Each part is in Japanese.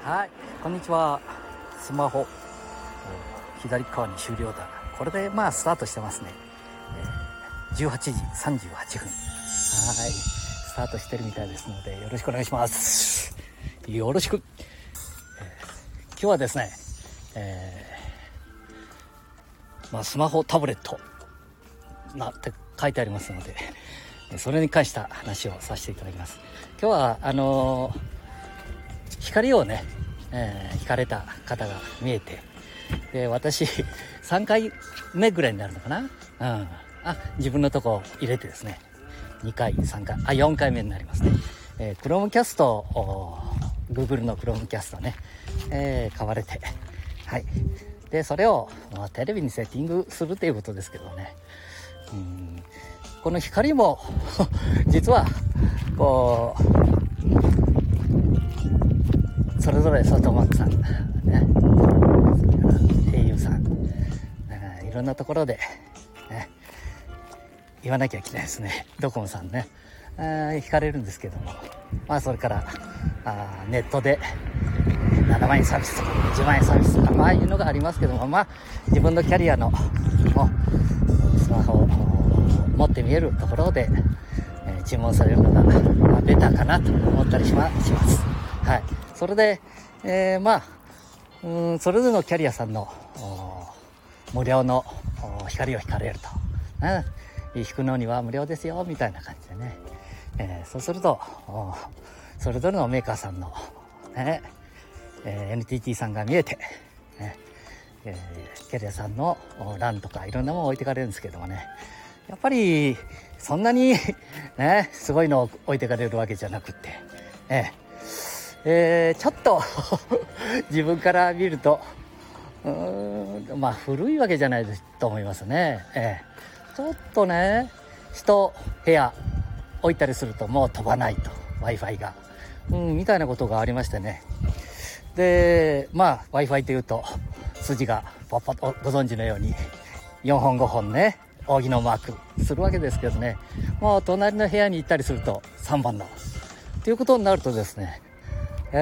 はい、こんにちは。スマホ左側に終了だ。これでスタートしてますね。18時38分。はい、スタートしてるみたいですのでよろしくお願いします。よろしく。今日はですね、スマホタブレットって書いてありますので、それに関した話をさせていただきます。今日は光をね、引かれた方が見えて、で私3回目ぐらいになるのかな、自分のとこ入れてですね、2回3回4回目になりますね。クロームキャスト、Google のクロームキャストね、買われて、はい、でそれをテレビにセッティングするということですけどね、この光も実はこうそれぞれソフトバンクさん、ね、au さん、いろんなところで、ね、言わなきゃいけないですね。ドコモさんね、引かれるんですけども、それからネットで7万円サービスとか10万円サービスとかいうのがありますけども、自分のキャリアのスマホを持って見えるところで、注文されるのが、ベターかなと思ったりします。はい、それで、それぞれのキャリアさんの無料の光を引かれると、引くのには無料ですよみたいな感じでね、そうするとそれぞれのメーカーさんの、NTT さんが見えて、キャリアさんの欄とかいろんなものを置いてかれるんですけどもね、やっぱりそんなに、すごいのを置いてかれるわけじゃなくって、ちょっと自分から見ると古いわけじゃないですと思いますね。ちょっとね、一部屋置いたりするともう飛ばないと Wi-Fi が、みたいなことがありましてね。でWi-Fi というと筋がパッパッとご存知のように4本5本ね、扇のマークするわけですけどね、もう隣の部屋に行ったりすると3本のということになるとですね、ク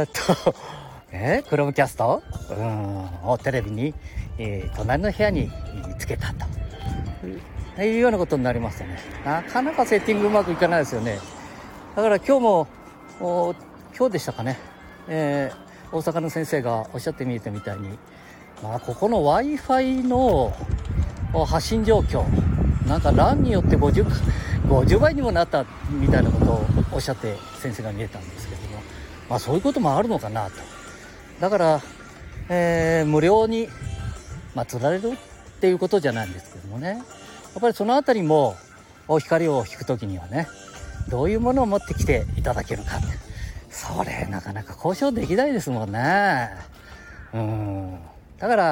ロームキャストをテレビに、隣の部屋につけたというようなことになりますとね、なかなかセッティングうまくいかないですよね。だから今日も今日でしたかね、大阪の先生がおっしゃってみたみたいに、ここの Wi-Fi の発信状況、なんか LAN によって50倍にもなったみたいなことをおっしゃって先生が見えたんですけども、そういうこともあるのかなと。だから、無料に、釣られるっていうことじゃないんですけどもね、やっぱりそのあたりも光を引くときにはね、どういうものを持ってきていただけるか、それなかなか交渉できないですもんね。だから、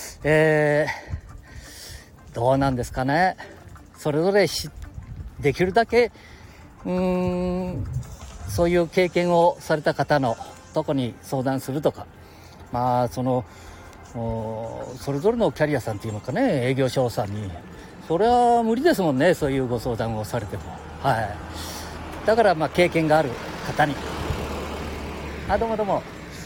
どうなんですかね。それぞれできるだけそういう経験をされた方のとこに相談するとか、それぞれのキャリアさんっていうのかね、営業所さんに、それは無理ですもんね、そういうご相談をされても。だから経験がある方にどうも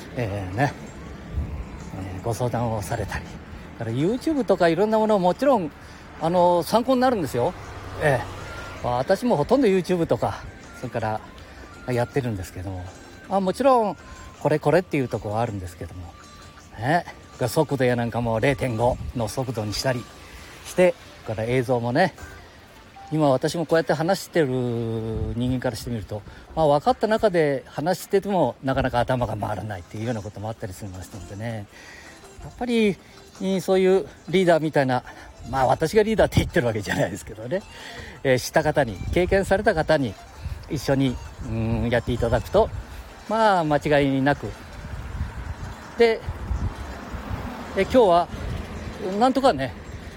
ご相談をされたり、だから YouTube とかいろんなものもちろん参考になるんですよ。私もほとんど YouTube とかそれからやってるんですけども、もちろんこれっていうところはあるんですけども、速度やなんかも 0.5 の速度にしたりして、から映像もね、今私もこうやって話してる人間からしてみると、分かった中で話しててもなかなか頭が回らないっていうようなこともあったりするのでね、やっぱりそういうリーダーみたいな、私がリーダーって言ってるわけじゃないですけどね、知った方に、経験された方に一緒にやっていただくと間違いなくで、今日はなんとかね、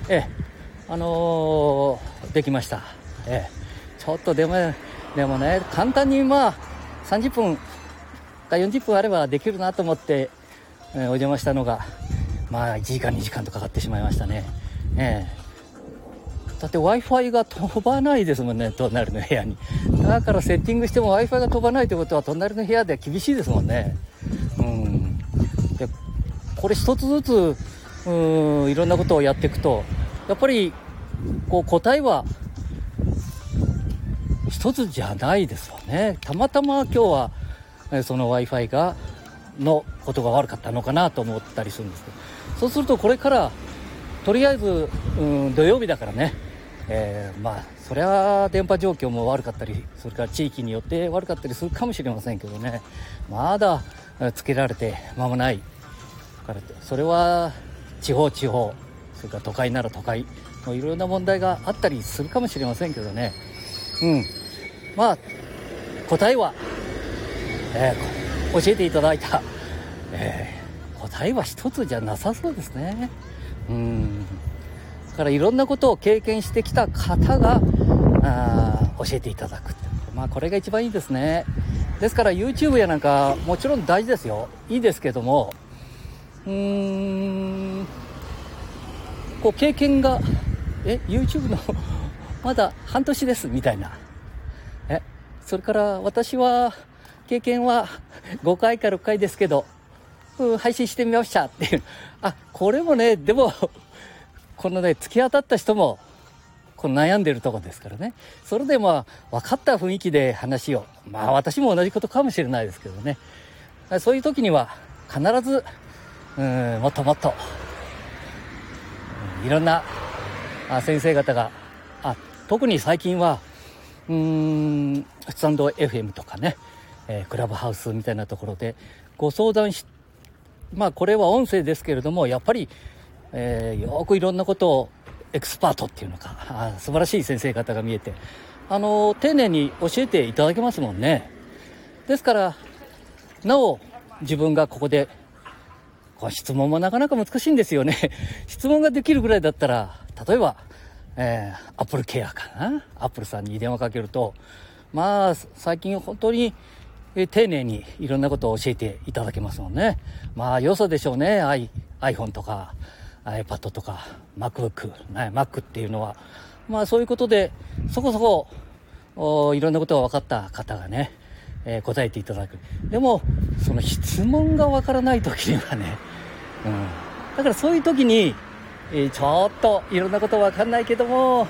できました。ちょっとでもね簡単に30分か40分あればできるなと思って、お邪魔したのが1時間2時間とかかってしまいましたね。だって Wi-Fi が飛ばないですもんね、隣の部屋に。だからセッティングしても Wi-Fi が飛ばないということは隣の部屋では厳しいですもんね。 でこれ一つずついろんなことをやっていくと、やっぱりこう答えは一つじゃないですよね。たまたま今日はその Wi-Fi のことが悪かったのかなと思ったりするんですけど、そうするとこれからとりあえず、土曜日だからね、それは電波状況も悪かったり、それから地域によって悪かったりするかもしれませんけどね、まだつけられて間もないから、それは地方、それから都会なら都会のいろんな問題があったりするかもしれませんけどね。答えは、教えていただいた、答えは一つじゃなさそうですね。だからいろんなことを経験してきた方が教えていただく、これが一番いいですね。ですから YouTube やなんかもちろん大事ですよ、いいですけども、こう経験がYouTube のまだ半年ですみたいな、それから私は経験は5回か6回ですけど、配信してみましたっていう、これもね、でもこのね、突き当たった人もこの悩んでるところですからね。それで分かった雰囲気で話を、私も同じことかもしれないですけどね、そういう時には必ずもっともっといろんな先生方が、特に最近はスタンド FM とかね、クラブハウスみたいなところでご相談し、これは音声ですけれども、やっぱり、よくいろんなことをエキスパートっていうのか、素晴らしい先生方が見えて、丁寧に教えていただけますもんね。ですからなお自分がここで質問もなかなか難しいんですよね。質問ができるぐらいだったら、例えば、アップルケアかな、アップルさんに電話かけると、最近本当に丁寧にいろんなことを教えていただけますもんね。良さでしょうね。iPhone とか iPad とか Mac っていうのは、そういうことでそこそこいろんなことが分かった方がね、答えていただく。でもその質問が分からない時にはね、だからそういう時に、ちょっといろんなこと分かんないけども、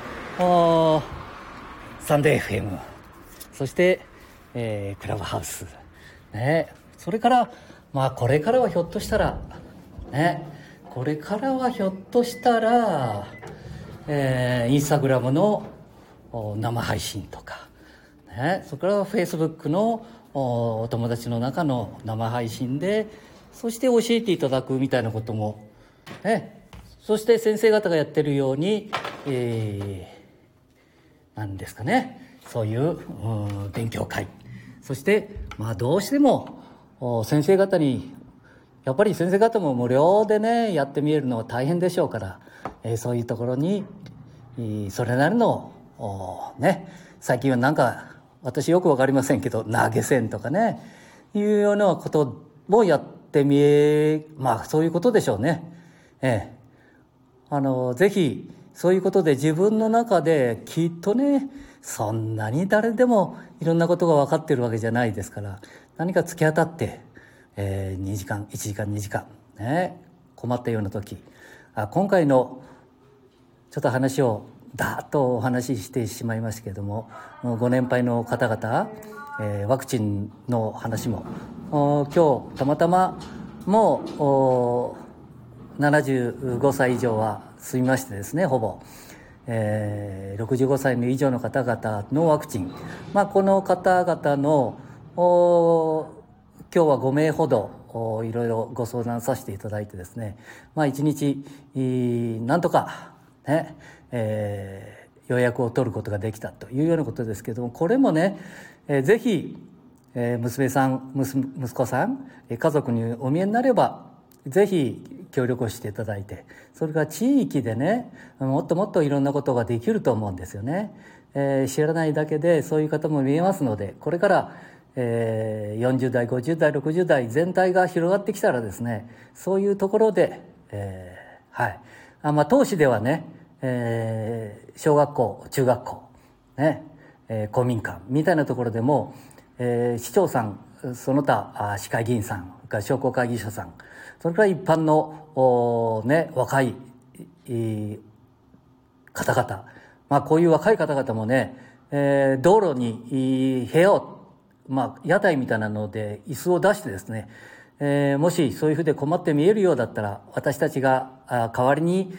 スタンド FM、 そして、クラブハウス、それからこれからはひょっとしたらインスタグラムの生配信とか、それからフェイスブックのお友達の中の生配信で、そして教えていただくみたいなことも、そして先生方がやってるように、なんですかね、そういう勉強会、そしてどうしても先生方に、やっぱり先生方も無料でねやってみえるのは大変でしょうから、そういうところにそれなりの最近はなんか私よくわかりませんけど、投げ銭とかねいうようなこともやってみえ、そういうことでしょうね。ぜひそういうことで自分の中できっとね、そんなに誰でもいろんなことが分かってるわけじゃないですから、何か突き当たって、2時間1時間2時間、困ったような時、今回のちょっと話をだーっとお話ししてしまいましたけれども、ご年配の方々、ワクチンの話も今日たまたまもう75歳以上は済みましてですね、ほぼ、65歳の以上の方々のワクチン、この方々の今日は5名ほどいろいろご相談させていただいてですね、1日なんとか予約を取ることができたというようなことですけども、これもね、ぜひ、娘さん息子さん家族にお見えになればぜひ協力をしていただいて、それから地域でねもっともっといろんなことができると思うんですよね。知らないだけでそういう方も見えますので、これから、40代50代60代全体が広がってきたらですね、そういうところで、当市ではね、小学校中学校公民館みたいなところでも、市長さんその他市会議員さん、それから商工会議所さん、それから一般の若い方々、こういう若い方々もね、道路に部屋を、屋台みたいなので椅子を出してですね、もしそういうふうで困って見えるようだったら、私たちが代わりに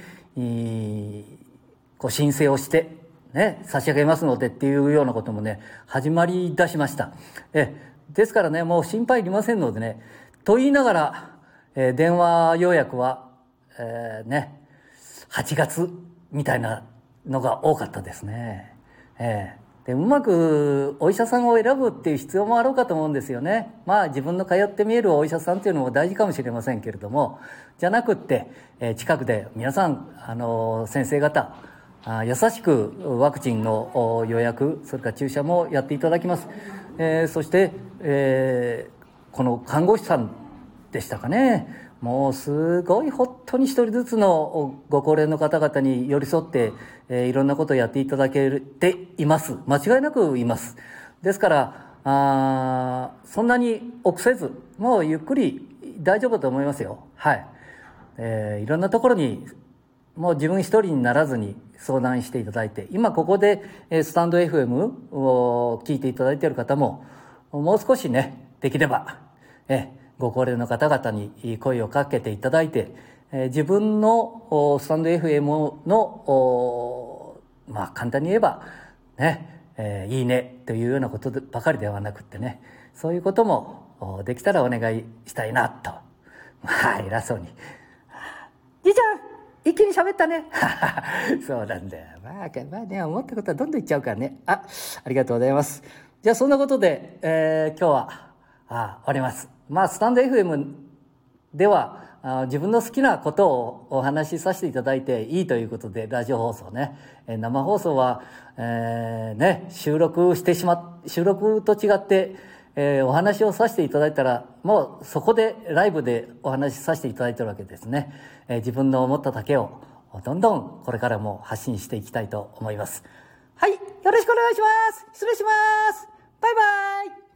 申請をして差し上げますのでっていうようなこともね始まり出しました。ですからね、もう心配いりませんのでね、と言いながら、電話予約は、8月みたいなのが多かったですね。でうまくお医者さんを選ぶっていう必要もあろうかと思うんですよね。自分の通って見えるお医者さんっていうのも大事かもしれませんけれども、じゃなくって、近くで皆さん先生方優しくワクチンの予約、それから注射もやっていただきます。そして、この看護師さんでしたかね、もうすごい本当に一人ずつのご高齢の方々に寄り添って、いろんなことをやっていただけています。間違いなくいます。ですからそんなに臆せず、もうゆっくり大丈夫だと思いますよ。いろんなところにもう自分一人にならずに相談していただいて、今ここでスタンド FM を聞いていただいている方ももう少しね、できればご高齢の方々に声をかけていただいて、自分のスタンド FM の簡単に言えばいいねというようなことばかりではなくってね、そういうこともできたらお願いしたいなと。偉そうに、じいちゃん一気に喋ったねそうなんだよ。思ったことはどんどん言っちゃうからね。ありがとうございます。じゃあそんなことで、今日は終わります。スタンド FM では自分の好きなことをお話しさせていただいていいということで、ラジオ放送ね、生放送は、収録と違って、お話をさせていただいたら、もうそこでライブでお話しさせていただいているわけですね。自分の思っただけをどんどんこれからも発信していきたいと思います。よろしくお願いします。失礼します。バイバイ。